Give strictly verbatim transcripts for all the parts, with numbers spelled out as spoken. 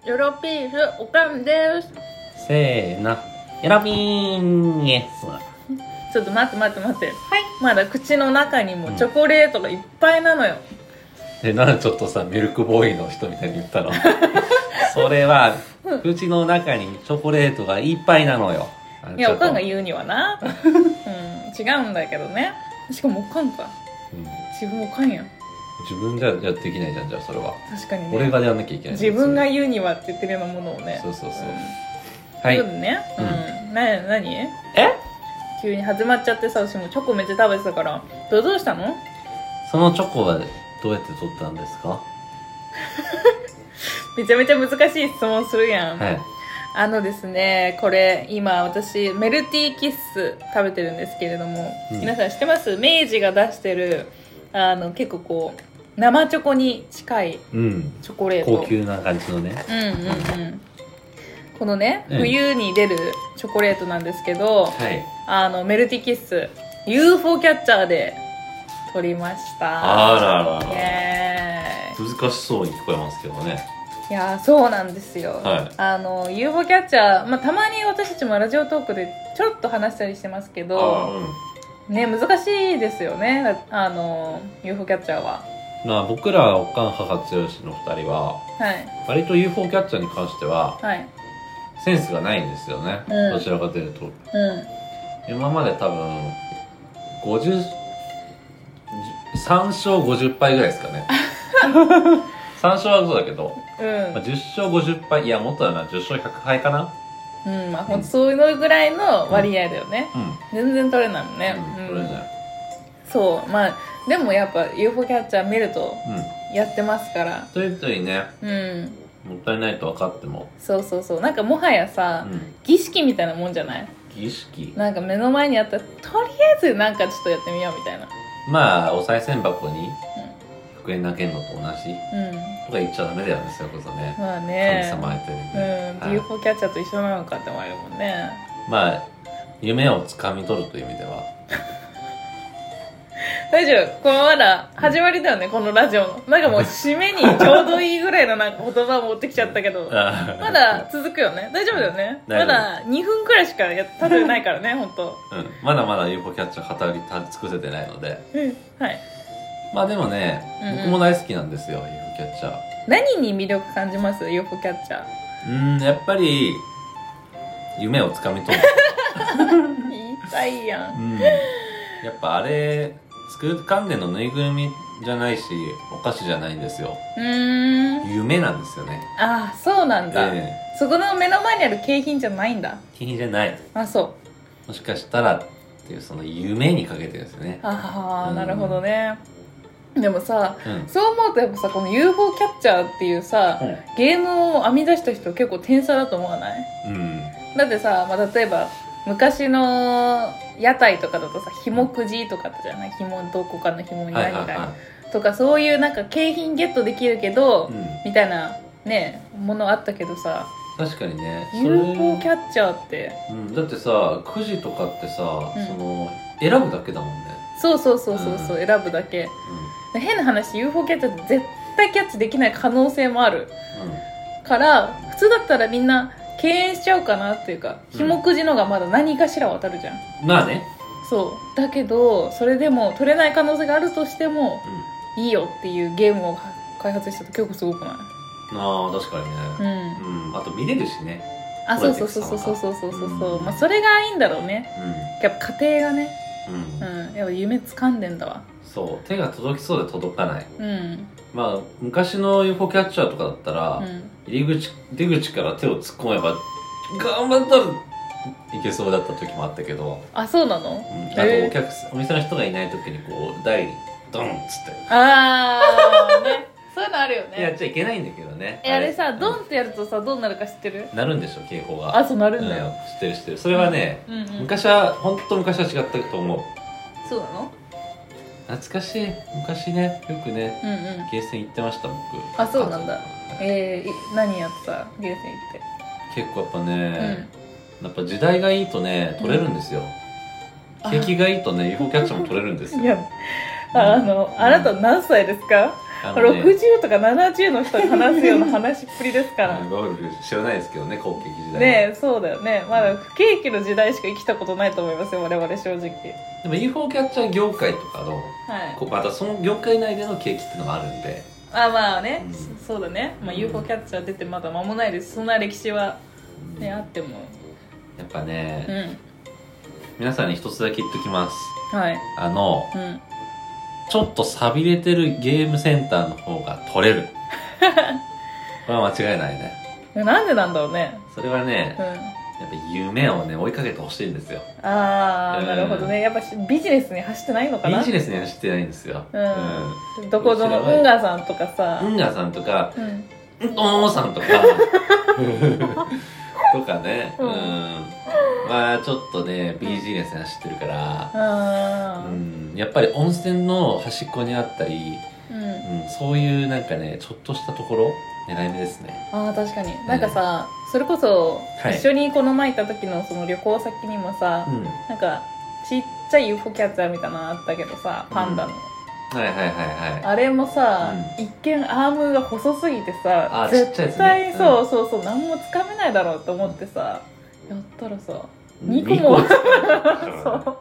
ヨロピースおかんです。 せーの、ヨロピーンです。 ちょっと待って待って待って、はい、まだ口の中にもチョコレートがいっぱいなのよ、 うん、で、なんでちょっとさミルクボーイの人みたいに言ったのそれは口の中にチョコレートがいっぱいなのよ。 いや、おかんが言うにはな、うん、違うんだけどね。しかもおかんか、うん、自分おかんやん。 自分じゃやっていけないじゃん。じゃあそれは確かにね、 俺がやんなきゃいけない。 自分が言うにはって言ってるようなものをね。 そうそうそう、うん、 はい。そうね、うん、うん、な、なにえ急に始まっちゃってさ、私もチョコめっちゃ食べてたから。どうどうしたの？ そのチョコはどうやって取ったんですか？ めちゃめちゃ難しい質問するやん。 はい。 あのですね、これ今私メルティーキッス食べてるんですけれども、うん、皆さん知ってます？明治が出してるあの結構こう生チョコに近いチョコレート、 うん、高級な感じのね。 うんうんうん。このね、うん、冬に出るチョコレートなんですけど、はい、あのメルティーキッス ユーフォー キャッチャーで取りました。 あららら、 イエーイ。 難しそうに聞こえますけどね。 いやそうなんですよ、はい、あの ユーフォー キャッチャー、まあ、たまに私たちもラジオトークでちょっと話したりしてますけど、うん、ね、難しいですよね、あの ユーフォー キャッチャーは。 まあ、僕らおかん母剛のふたりは、はい、割と ユーフォー キャッチャーに関しては、はい、センスがないんですよね、うん、どちらかというと、うん、今まで多分ごじゅうさん勝ごじゅっぱいぐらいですかねさん勝はそうだけど、うんまあ、じゅっ勝ごじゅっぱい、いやもっとだな、じゅっ勝ひゃくはいかな。 うん、まあほんとそういうのぐらいの割合だよね、うん、全然取れないもんね、 うん、取れない。 そう、まあでもやっぱ ユーフォー キャッチャー見るとやってますから、 というといいね、うん、もったいないと分かっても、 そうそうそう、なんかもはやさ、うん、儀式みたいなもんじゃない？ 儀式なんか目の前にあったらとりあえずなんかちょっとやってみようみたいな。 まあお賽銭箱にひゃくえん投げるのと同じ、うん、とか言っちゃダメだよね、それこそね。 まあね、 神様相手にね、 うん、ユーフォー キャッチャーと一緒なのかって思われるもんね。 まあ夢をつかみ取るという意味では大丈夫、このまだ始まりだよね、うん、このラジオのなんかもう締めにちょうどいいぐらいのなんか言葉を持ってきちゃったけどまだ続くよね、大丈夫だよね、うん、まだにふんくらいしかやったってないからね本当、うん、 まだまだ ユーフォー キャッチャー語り尽くせてないので、 うん、はい。 まあでもね、うんうん、僕も大好きなんですよ ユーフォー キャッチャー。 何に魅力感じます ユーフォー キャッチャー？ うん、やっぱり夢をつかみ取る言いたいやん、うん、 やっぱあれ作る関連のぬいぐるみじゃないしお菓子じゃないんですよ。うーん、夢なんですよね。 ああ、そうなんだ、えー、そこの目の前にある景品じゃないんだ。 景品じゃない。 あ、そう、 もしかしたらっていうその夢にかけてるんですよね。 ああ、うん、なるほどね。でもさ、うん、そう思うとやっぱさ、この ユーフォー キャッチャーっていうさ、うん、ゲームを編み出した人結構天才だと思わない？うん、だってさ、まあ、例えば昔の屋台とかだとさ、紐くじとかあったじゃない？紐、どこかの紐に何か、はいはいはい、とかそういうなんか景品ゲットできるけど、うん、みたいなねものあったけどさ、 確かにねユーフォー キャッチャーって、 うん、だってさくじとかってさ、うん、その選ぶだけだもんね。 そうそうそうそうそう、うん、選ぶだけ、うん、変な話 ユーフォー キャッチャーって絶対キャッチできない可能性もある、うん、から普通だったらみんな敬遠しちゃうかなっていうか、紐くじのがまだ何かしら当たるじゃん、 うん、まあね。 そうだけどそれでも取れない可能性があるとしても、うん、いいよっていうゲームを開発したと結構すごくない？ああ、確かにね、うんうん、あと見れるしね。 あ、そうそうそうそうそうそうそうそう、うん、まあそれがいいんだろうね、うん、やっぱ家庭がね、うん、うん、やっぱ夢掴んでんだわ。 そう手が届きそうで届かない、うん、まあ昔の ユーフォー キャッチャーとかだったら、うん、入り口出口から手を突っ込めば頑張ったらいけそうだった時もあったけど。あ、そうなの？うん、あとお客お店の人がいない時にこう台にドンっつって、 ああねそういうのあるよね。 やっちゃいけないんだけどね。 え、あれさ、ドンってやるとさ、どうなるか知ってる？なるんでしょ、警報が。 あ、そうなるんだよ、うん、 知ってる知ってる。それはね、うんうんうん、昔は本当昔は違ったと思う。 そうなの？ 懐かしい。昔ね、よくね、うんうん、ゲーセン行ってました僕。 あ、そうなんだ。えー、何やってた？ゲーセン行って。 結構やっぱね、うん、やっぱ時代がいいとね取れるんですよ、うん、景気がいいとね ユーフォー キャッチャーも取れるんですよ。いや、 あの、うん、あなた何歳ですか？ ね、ろくじゅうとかななじゅうの人が話すような話っぷりですから僕知らないですけどね、後継時代ね。そうだよね。まだ不景気の時代しか生きたことないと思いますよ、我々正直。でも ユーフォー キャッチャー業界とかの、はい、またその業界内での景気っていうのがあるんで。 あ、まあね、うん、そうだね、まあ、ユーフォー キャッチャー出てまだ間もないです。そんな歴史は、ね、うん、あってもやっぱね、うん、皆さんに一つだけ言っときます。 はい。 あの、うん、ちょっと寂れてるゲームセンターの方が取れる。これは間違いないね。 なんでなんだろうね。 それはね、うん、やっぱ夢をね追いかけてほしいんですよ。 ああ、うん、なるほどね。やっぱビジネスに走ってないのかな。 ビジネスに走ってないんですよ。 うん。うん、どこぞのウンガーさんとかさ。 ウンガーさんとか、うん、おーさんとか。とかね。うん。うん、まあちょっとねビジネスに走ってるから、うん、やっぱり温泉の端っこにあったり、うんうん、そういうなんかねちょっとしたところ狙い目ですね。 ああ確かに、うん、なんかさそれこそ、はい、一緒にこの前行った時のその旅行先にもさ、うん、なんかちっちゃい ユーフォー キャッチャーみたいなのあったけどさ、パンダの、 うん、はいはいはいはい、 あれもさ、うん、一見アームが細すぎてさ絶対、ね、そうそうそう、うん、何もつかめないだろうと思ってさ、やったらさにこもそう、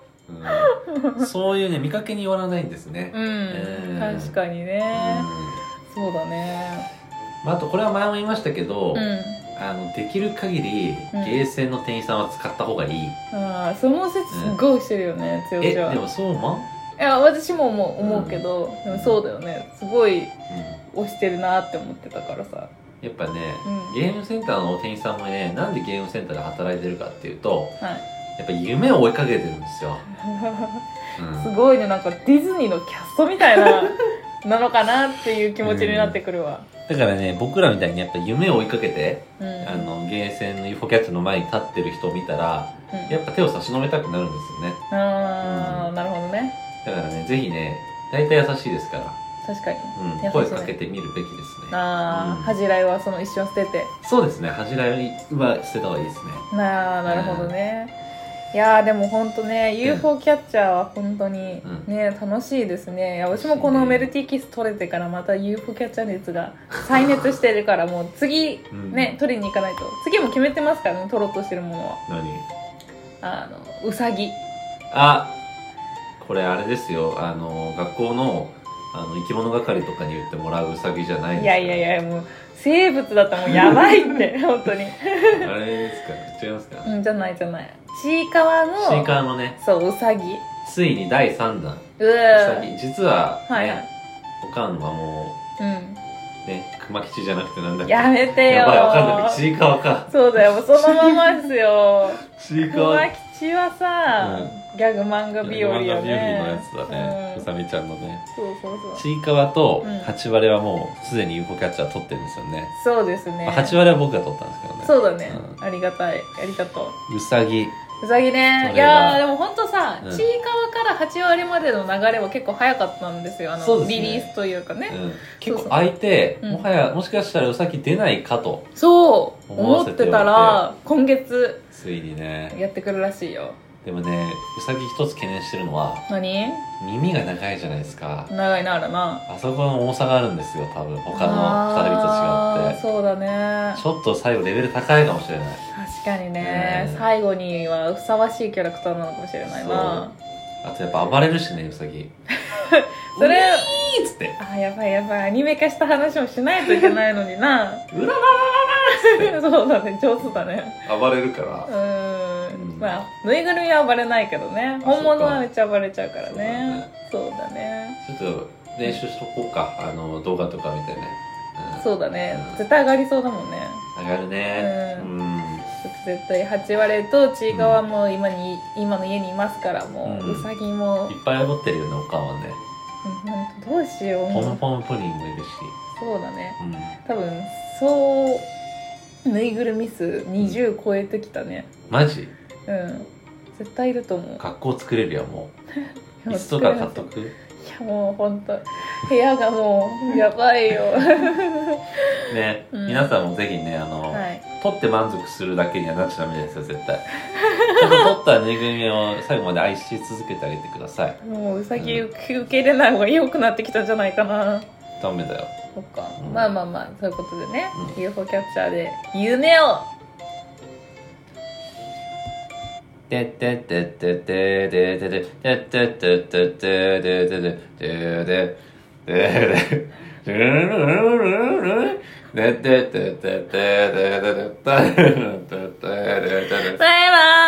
うん、そういうね見かけによらないんですね。 うん、えー、確かにね、うん、そうだね。 まあ、あとこれは前も言いましたけど、うん、あのできる限りゲーセンの店員さんは使った方がいい、 うん、ああその説すごいしてるよね、剛、うん、 は。えでもそう思う？ いや私も思う、思うけど、うん、でもそうだよね、すごい推してるなって思ってたからさ。 やっぱね、うん、ゲームセンターの店員さんもね、なんでゲームセンターで働いてるかっていうと、はい、やっぱ夢を追いかけてるんですよ。 うん、すごいね、なんかディズニーのキャストみたいななのかなっていう気持ちになってくるわ。 うん、だからね、僕らみたいにやっぱ夢を追いかけて、うん、あのゲーセンの ユーフォー キャッチャーの前に立ってる人を見たら、うん、やっぱ手を差し伸べたくなるんですよね。 ああ、うん、なるほどね。 だからね、ぜひね、大体優しいですから。 確かに、 うんね、声かけてみるべきですね。 ああ、うん、恥じらいはその一瞬捨てて。 そうですね、恥じらいは捨てた方がいいですね。 なあ、なるほどね。うん、いやーでも本当ね、ユーフォー キャッチャーは本当にね、うん、楽しいですね。いや私もこのメルティーキス取れてからまた ユーフォー キャッチャー熱が再熱してるからもう次ね、うん、取りに行かないと。次も決めてますからね、取ろうとしてるものは。 何？ あのうさぎ。 あ、これあれですよ、あの学校のあの生き物係とかに言ってもらうウサギじゃないですか。 いやいやいや、もう生物だったらもうやばいって本当に。 あれですか？違いますか？ うん、じゃないじゃない。ちいかわのちいかわのね、 そうウサギ。 ついにだいさんだん。うさぎ実はね、はいはい、おかんはもう、うん、ね、熊吉じゃなくてなんだっけ。 やめてよ。 やばい、わかんない。ちいかわか。 そうだよ、もうそのままですよ。 ちいかわ。 熊吉はさ、うん、ギャグ漫画日和よね。 漫画日和のやつだね。うさみちゃんのね。 そうそうそう。 ちいかわとハチワレはもうすでに ユーフォー キャッチャー取ってるんですよね。 そうですね。 ハチワレは僕が取ったんですけどね。 そうだね。うん、ありがたい。ありがとう。 うさぎ。 うさぎね。いやーでも本当さ、うん、ちいかわからはち割までの流れは結構早かったんですよ。あの、ね、リリースというかね。うん、 結構空いて、そうそう、もはやもしかしたらうさぎ出ないかと。 そう思ってたら今月ついにねやってくるらしいよ。 でもね、うさぎ一つ懸念してるのは何？ 耳が長いじゃないですか。 長いな、あるな。 あそこの重さがあるんですよ、多分他のふたりと違って。 そうだね。 ちょっと最後レベル高いかもしれない。 確かにね、ね、最後にはふさわしいキャラクターなのかもしれないな。 あとやっぱ暴れるしね、うさぎ。 それーっつって、 あ、やばいやばい、アニメ化した話もしないといけないのにな。うららららーっつってそうだね、上手だね。 暴れるから。 うん、まあぬいぐるみは暴れないけどね、本物はめっちゃ暴れちゃうからね。そうだね。 ちょっと練習しとこうか、あの動画とか見てね。 うん、そうだね、うん、絶対上がりそうだもんね。 上がるね。うん、うん、 絶対はち割とちいかわも今に、うん、今の家にいますから、もう、うん、うさぎもいっぱい持ってるよね、おかんはね。 うん、どうしよう。 ポムポムプリンもいるし。 そうだね、うん、多分そうぬいぐるみ数にじゅう超えてきたね。 マジ？ うん、絶対いると思う。 学校作れるやもう。椅子とか買っとく？いやもうほんと部屋がもうやばいよ。 ね、うん、皆さんもぜひね、あの、はい、取って満足するだけにはなっちゃダメですよ、絶対。ちょっと取ったぬいぐるみを最後まで愛し続けてあげてください。 もううさぎ受け入れない方が良くなってきたんじゃないかな。 ダメだよ。 そっか、うん、まあまあまあそういうことでね、うん、ユーフォー キャッチャーで夢をててててててててててててててててバイバーイ。